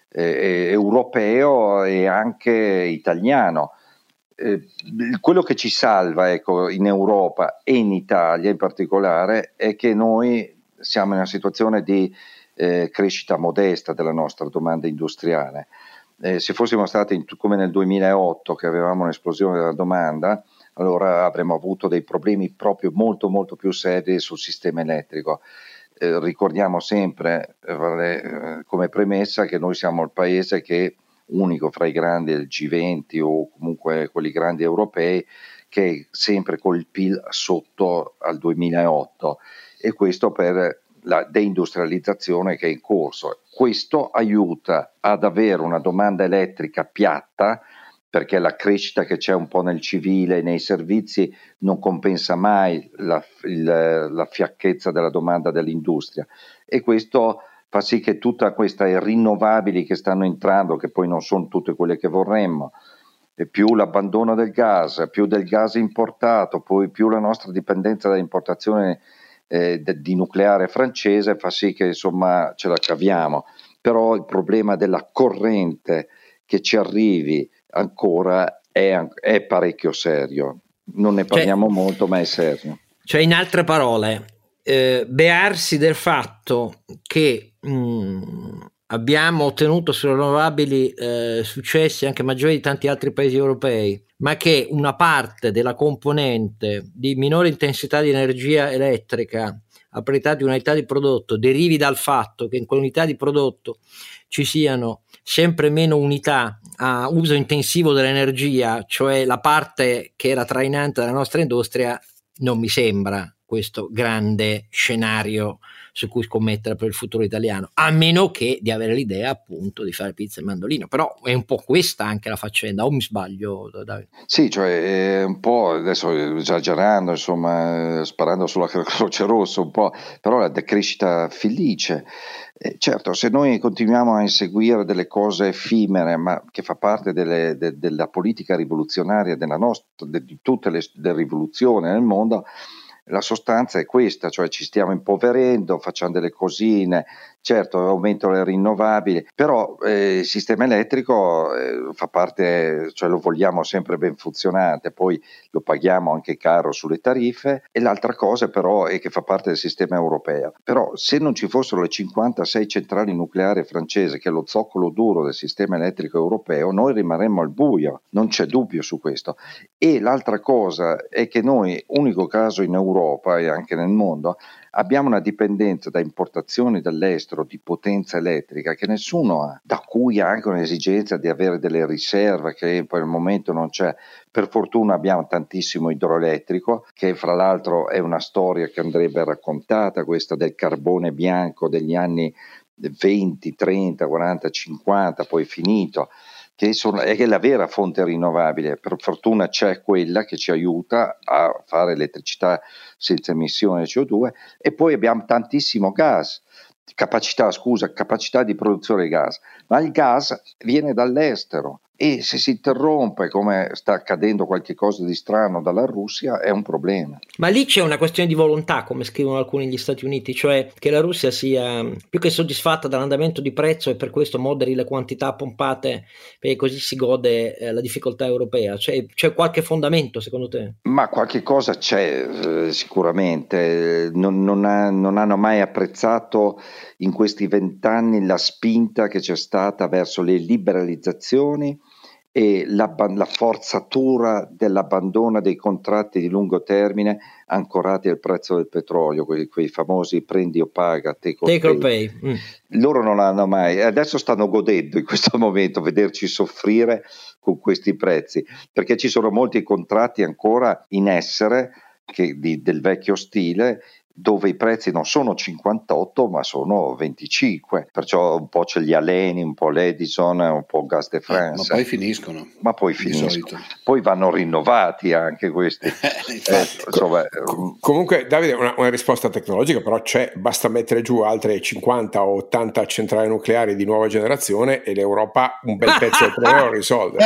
europeo e anche italiano. Quello che ci salva, ecco, in Europa e in Italia in particolare è che noi siamo in una situazione di crescita modesta della nostra domanda industriale. Se fossimo stati come nel 2008 che avevamo un'esplosione della domanda, allora avremmo avuto dei problemi proprio molto molto più seri sul sistema elettrico. Ricordiamo sempre come premessa che noi siamo il paese che unico fra i grandi del G20 o comunque quelli grandi europei che è sempre col PIL sotto al 2008, e questo per la deindustrializzazione che è in corso. Questo aiuta ad avere una domanda elettrica piatta, perché la crescita che c'è un po' nel civile e nei servizi non compensa mai la fiacchezza della domanda dell'industria, e questo fa sì che tutte queste rinnovabili che stanno entrando, che poi non sono tutte quelle che vorremmo, e più l'abbandono del gas, più del gas importato, poi più la nostra dipendenza dall'importazione di nucleare francese, fa sì che insomma ce la caviamo. Però il problema della corrente che ci arrivi ancora è parecchio serio, non ne parliamo molto, ma è serio. Cioè, in altre parole, bearsi del fatto che abbiamo ottenuto sulle rinnovabili successi anche maggiori di tanti altri paesi europei, ma che una parte della componente di minore intensità di energia elettrica a parità di unità di prodotto derivi dal fatto che in quell'unità di prodotto ci siano sempre meno unità a uso intensivo dell'energia, cioè la parte che era trainante della nostra industria, non mi sembra questo grande scenario su cui scommettere per il futuro italiano, a meno che di avere l'idea appunto di fare pizza e mandolino. Però è un po' questa anche la faccenda, o mi sbaglio, Davide? Sì, cioè un po', adesso esagerando, insomma, sparando sulla Croce Rossa un po', però la decrescita felice. Certo, se noi continuiamo a inseguire delle cose effimere, ma che fa parte della politica rivoluzionaria della nostra, di tutte le rivoluzioni nel mondo, la sostanza è questa, cioè ci stiamo impoverendo, facciamo delle cosine, certo aumentano le rinnovabili, però il sistema elettrico fa parte, cioè lo vogliamo sempre ben funzionante, poi lo paghiamo anche caro sulle tariffe, e l'altra cosa però è che fa parte del sistema europeo. Però se non ci fossero le 56 centrali nucleari francesi, che è lo zoccolo duro del sistema elettrico europeo, noi rimarremmo al buio, non c'è dubbio su questo. E l'altra cosa è che noi, unico caso in Europa e anche nel mondo, abbiamo una dipendenza da importazioni dall'estero di potenza elettrica che nessuno ha, da cui anche un'esigenza di avere delle riserve che poi al momento non c'è. Per fortuna abbiamo tantissimo idroelettrico, che fra l'altro è una storia che andrebbe raccontata, questa del carbone bianco degli anni 20, 30, 40, 50, poi finito, che è la vera fonte rinnovabile. Per fortuna c'è quella che ci aiuta a fare elettricità senza emissione di CO2, e poi abbiamo tantissimo gas, capacità di produzione di gas, ma il gas viene dall'estero, e se si interrompe, come sta accadendo qualche cosa di strano dalla Russia, è un problema. Ma lì c'è una questione di volontà, come scrivono alcuni degli Stati Uniti, cioè che la Russia sia più che soddisfatta dall'andamento di prezzo e per questo moderi le quantità pompate, perché così si gode la difficoltà europea. C'è qualche fondamento secondo te? Ma qualche cosa c'è sicuramente. Non hanno mai apprezzato in questi 20 anni la spinta che c'è stata verso le liberalizzazioni e la forzatura dell'abbandono dei contratti di lungo termine ancorati al prezzo del petrolio, quei famosi prendi o paga, take or pay. Loro non l'hanno mai, adesso stanno godendo in questo momento vederci soffrire con questi prezzi, perché ci sono molti contratti ancora in essere del vecchio stile, dove i prezzi non sono 58 ma sono 25, perciò un po' c'è gli Aleni, un po' l'Edison, un po' Gas de France, ma poi finiscono, poi vanno rinnovati anche questi. Comunque Davide, una risposta tecnologica però c'è, basta mettere giù altre 50 o 80 centrali nucleari di nuova generazione e l'Europa un bel pezzo del problema lo risolve.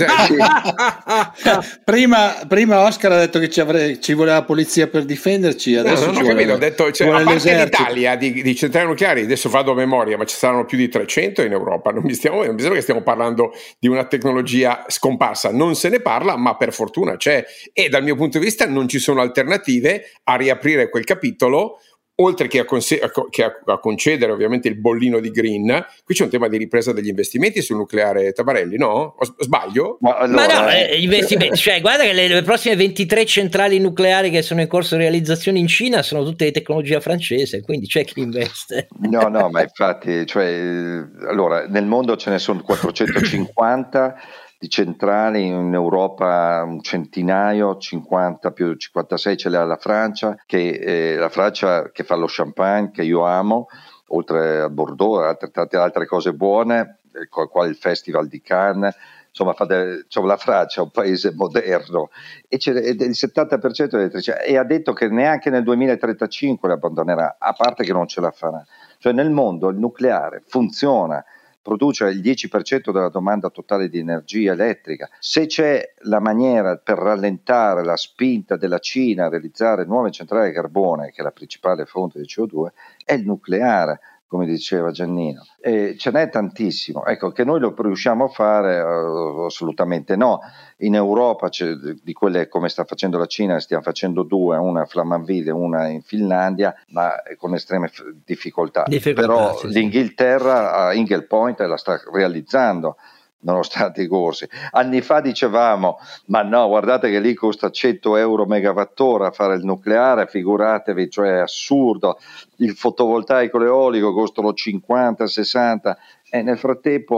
Prima Oscar ha detto che ci voleva la polizia per difenderci, adesso ho detto, a parte l'Italia di centrali nucleari, adesso vado a memoria, ma ci saranno più di 300 in Europa, non mi sembra che stiamo parlando di una tecnologia scomparsa, non se ne parla, ma per fortuna c'è, e dal mio punto di vista non ci sono alternative a riaprire quel capitolo, oltre che a concedere ovviamente il bollino di green. Qui c'è un tema di ripresa degli investimenti sul nucleare, Tabarelli, no? Sbaglio? Ma no, gli investimenti, cioè guarda che le prossime 23 centrali nucleari che sono in corso di realizzazione in Cina sono tutte di tecnologia francese, quindi c'è chi investe. No, ma infatti, allora nel mondo ce ne sono 450 di centrali, in Europa un centinaio, 50 più 56 ce l'ha la Francia, la Francia che fa lo champagne, che io amo, oltre a Bordeaux, tante altre cose buone, qua il Festival di Cannes. Insomma, la Francia è un paese moderno e c'è il 70% dell'elettricità, e ha detto che neanche nel 2035 le abbandonerà, a parte che non ce la farà. Cioè nel mondo il nucleare funziona, produce il 10% della domanda totale di energia elettrica. Se c'è la maniera per rallentare la spinta della Cina a realizzare nuove centrali a carbone, che è la principale fonte di CO2, è il nucleare, come diceva Giannino. Ce n'è tantissimo. Ecco, che noi lo riusciamo a fare, assolutamente no. In Europa di quelle come sta facendo la Cina, stiamo facendo due, una a Flamanville e una in Finlandia, ma con estreme difficoltà. Però sì, l'Inghilterra a Hinkley Point la sta realizzando, nonostante i corsi. Anni fa dicevamo, ma no, guardate che lì costa 100 euro megawattora fare il nucleare, figuratevi, cioè è assurdo, il fotovoltaico e l'eolico costano 50, 60, e nel frattempo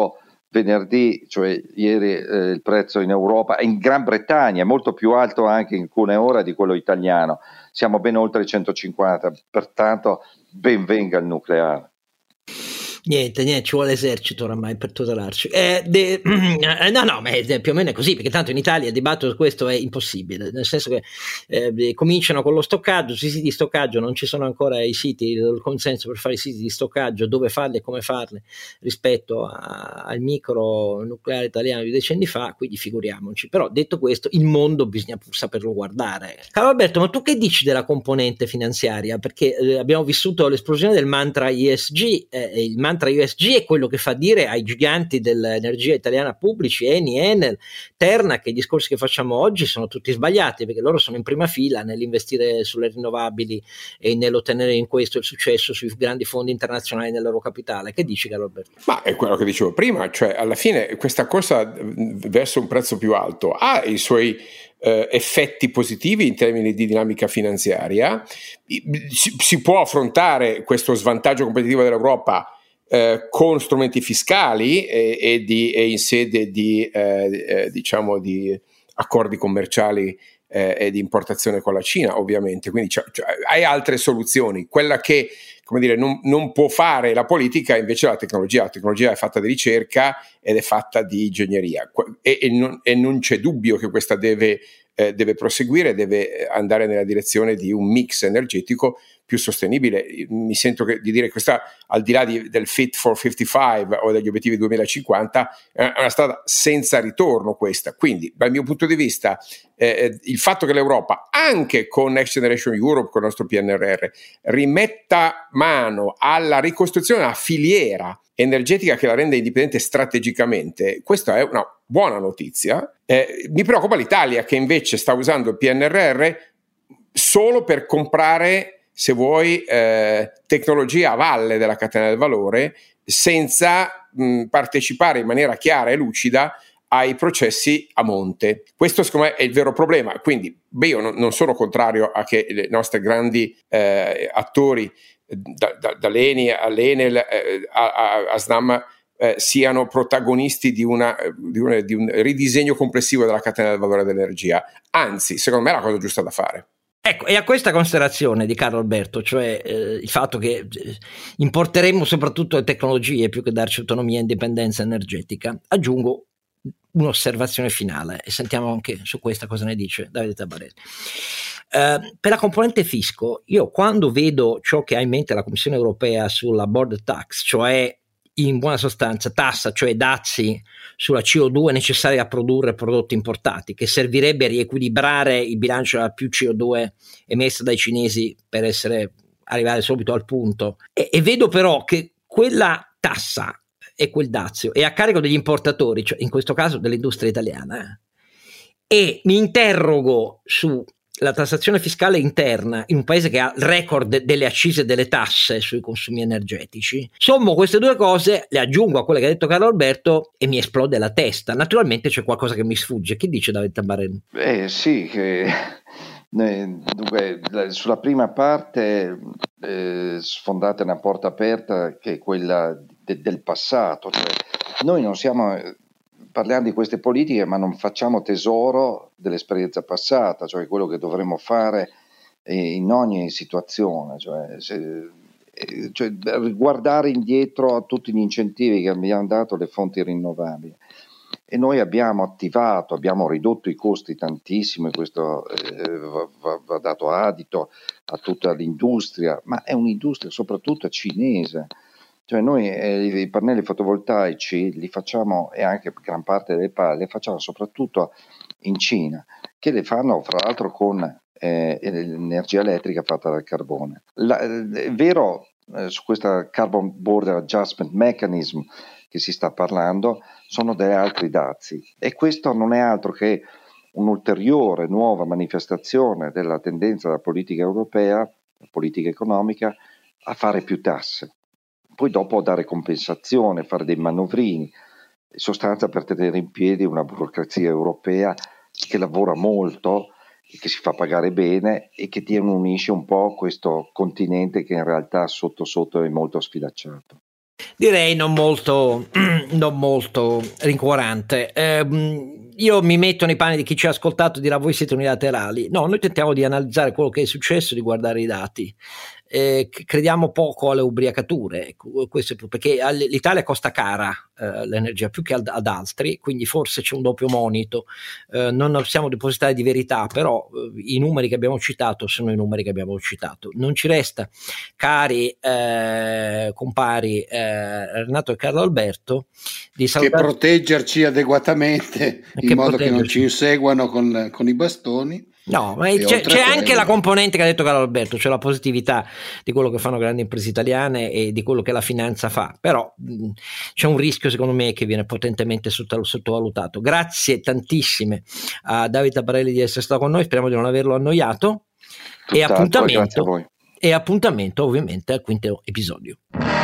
venerdì, cioè ieri, il prezzo in Europa e in Gran Bretagna è molto più alto anche in alcune ore di quello italiano, siamo ben oltre i 150, pertanto ben venga il nucleare. Niente, ci vuole l'esercito oramai per tutelarci. No, ma più o meno è così, perché tanto in Italia il dibattito su questo è impossibile, nel senso che cominciano con lo stoccaggio, sui siti di stoccaggio non ci sono ancora i siti, il consenso per fare i siti di stoccaggio, dove farli e come farli rispetto al micro nucleare italiano di decenni fa, quindi figuriamoci. Però detto questo, il mondo bisogna pur saperlo guardare. Caro Alberto, ma tu che dici della componente finanziaria? Perché abbiamo vissuto l'esplosione del mantra ESG, il mantra ESG è quello che fa dire ai giganti dell'energia italiana pubblici, Eni, Enel, Terna, che i discorsi che facciamo oggi sono tutti sbagliati, perché loro sono in prima fila nell'investire sulle rinnovabili e nell'ottenere in questo il successo sui grandi fondi internazionali nel loro capitale. Che dici, caro Alberto? Ma è quello che dicevo prima, cioè alla fine questa corsa verso un prezzo più alto ha i suoi effetti positivi in termini di dinamica finanziaria. Si può affrontare questo svantaggio competitivo dell'Europa con strumenti fiscali e in sede di diciamo di accordi commerciali e di importazione con la Cina, ovviamente. Quindi hai altre soluzioni. Quella che, come dire, non può fare la politica invece la tecnologia. La tecnologia è fatta di ricerca ed è fatta di ingegneria e non c'è dubbio che questa deve proseguire, deve andare nella direzione di un mix energetico più sostenibile. Mi sento di dire che questa, al di là del Fit for 55 o degli obiettivi 2050, è una strada senza ritorno questa. Quindi dal mio punto di vista il fatto che l'Europa, anche con Next Generation Europe, con il nostro PNRR, rimetta mano alla ricostruzione della filiera energetica che la rende indipendente strategicamente, questa è una buona notizia. Mi preoccupa l'Italia, che invece sta usando il PNRR solo per comprare, se vuoi, tecnologia a valle della catena del valore, senza partecipare in maniera chiara e lucida ai processi a monte. Questo secondo me è il vero problema. Quindi io non sono contrario a che le nostre grandi attori, dall'Eni all'Enel a Snam, siano protagonisti di un ridisegno complessivo della catena del valore dell'energia. Anzi, secondo me è la cosa giusta da fare. Ecco, e a questa considerazione di Carlo Alberto, cioè il fatto che importeremo soprattutto le tecnologie più che darci autonomia e indipendenza energetica, aggiungo un'osservazione finale e sentiamo anche su questa cosa ne dice Davide Tabarelli. Per la componente fisco, io quando vedo ciò che ha in mente la Commissione europea sulla border tax, cioè in buona sostanza tassa, cioè dazi sulla CO2 necessaria a produrre prodotti importati, che servirebbe a riequilibrare il bilancio della più CO2 emessa dai cinesi per arrivare subito al punto, e vedo però che quella tassa e quel dazio è a carico degli importatori, cioè in questo caso dell'industria italiana, e mi interrogo sulla tassazione fiscale interna in un paese che ha il record delle accise e delle tasse sui consumi energetici. Sommo queste due cose, le aggiungo a quelle che ha detto Carlo Alberto e mi esplode la testa. Naturalmente c'è qualcosa che mi sfugge. Che dice Davide Tabarelli? Sì, dunque, sulla prima parte sfondate una porta aperta che è quella del passato. Cioè, noi non siamo, parliamo di queste politiche, ma non facciamo tesoro dell'esperienza passata, cioè quello che dovremmo fare in ogni situazione, cioè guardare indietro a tutti gli incentivi che abbiamo dato alle fonti rinnovabili. E noi abbiamo ridotto i costi tantissimo, e questo va dato adito a tutta l'industria, ma è un'industria soprattutto cinese. Cioè noi i pannelli fotovoltaici li facciamo, e anche gran parte delle pale le facciamo soprattutto in Cina, che le fanno fra l'altro con l'energia elettrica fatta dal carbone. È vero, su questa Carbon Border Adjustment Mechanism che si sta parlando, sono degli altri dazi, e questo non è altro che un'ulteriore nuova manifestazione della tendenza della politica europea, la politica economica, a fare più tasse, poi dopo dare compensazione, fare dei manovrini, in sostanza per tenere in piedi una burocrazia europea che lavora molto e che si fa pagare bene e che unisce un po' questo continente che in realtà sotto sotto è molto sfilacciato. Direi non molto rincuorante. Io mi metto nei panni di chi ci ha ascoltato e dirà voi siete unilaterali. No, noi tentiamo di analizzare quello che è successo, di guardare i dati. Crediamo poco alle ubriacature, questo è perché l'Italia costa cara l'energia più che ad altri, quindi forse c'è un doppio monito. Non siamo depositari di verità, però i numeri che abbiamo citato sono i numeri che abbiamo citato. Non ci resta, cari compari Renato e Carlo Alberto, di salutare, che proteggerci adeguatamente in modo che non ci inseguano con i bastoni. No, ma c'è anche la componente che ha detto Carlo Alberto, cioè la positività di quello che fanno grandi imprese italiane e di quello che la finanza fa, però c'è un rischio secondo me che viene potentemente sottovalutato. Grazie tantissime a Davide Tabarelli di essere stato con noi, speriamo di non averlo annoiato, e appuntamento ovviamente al quinto episodio.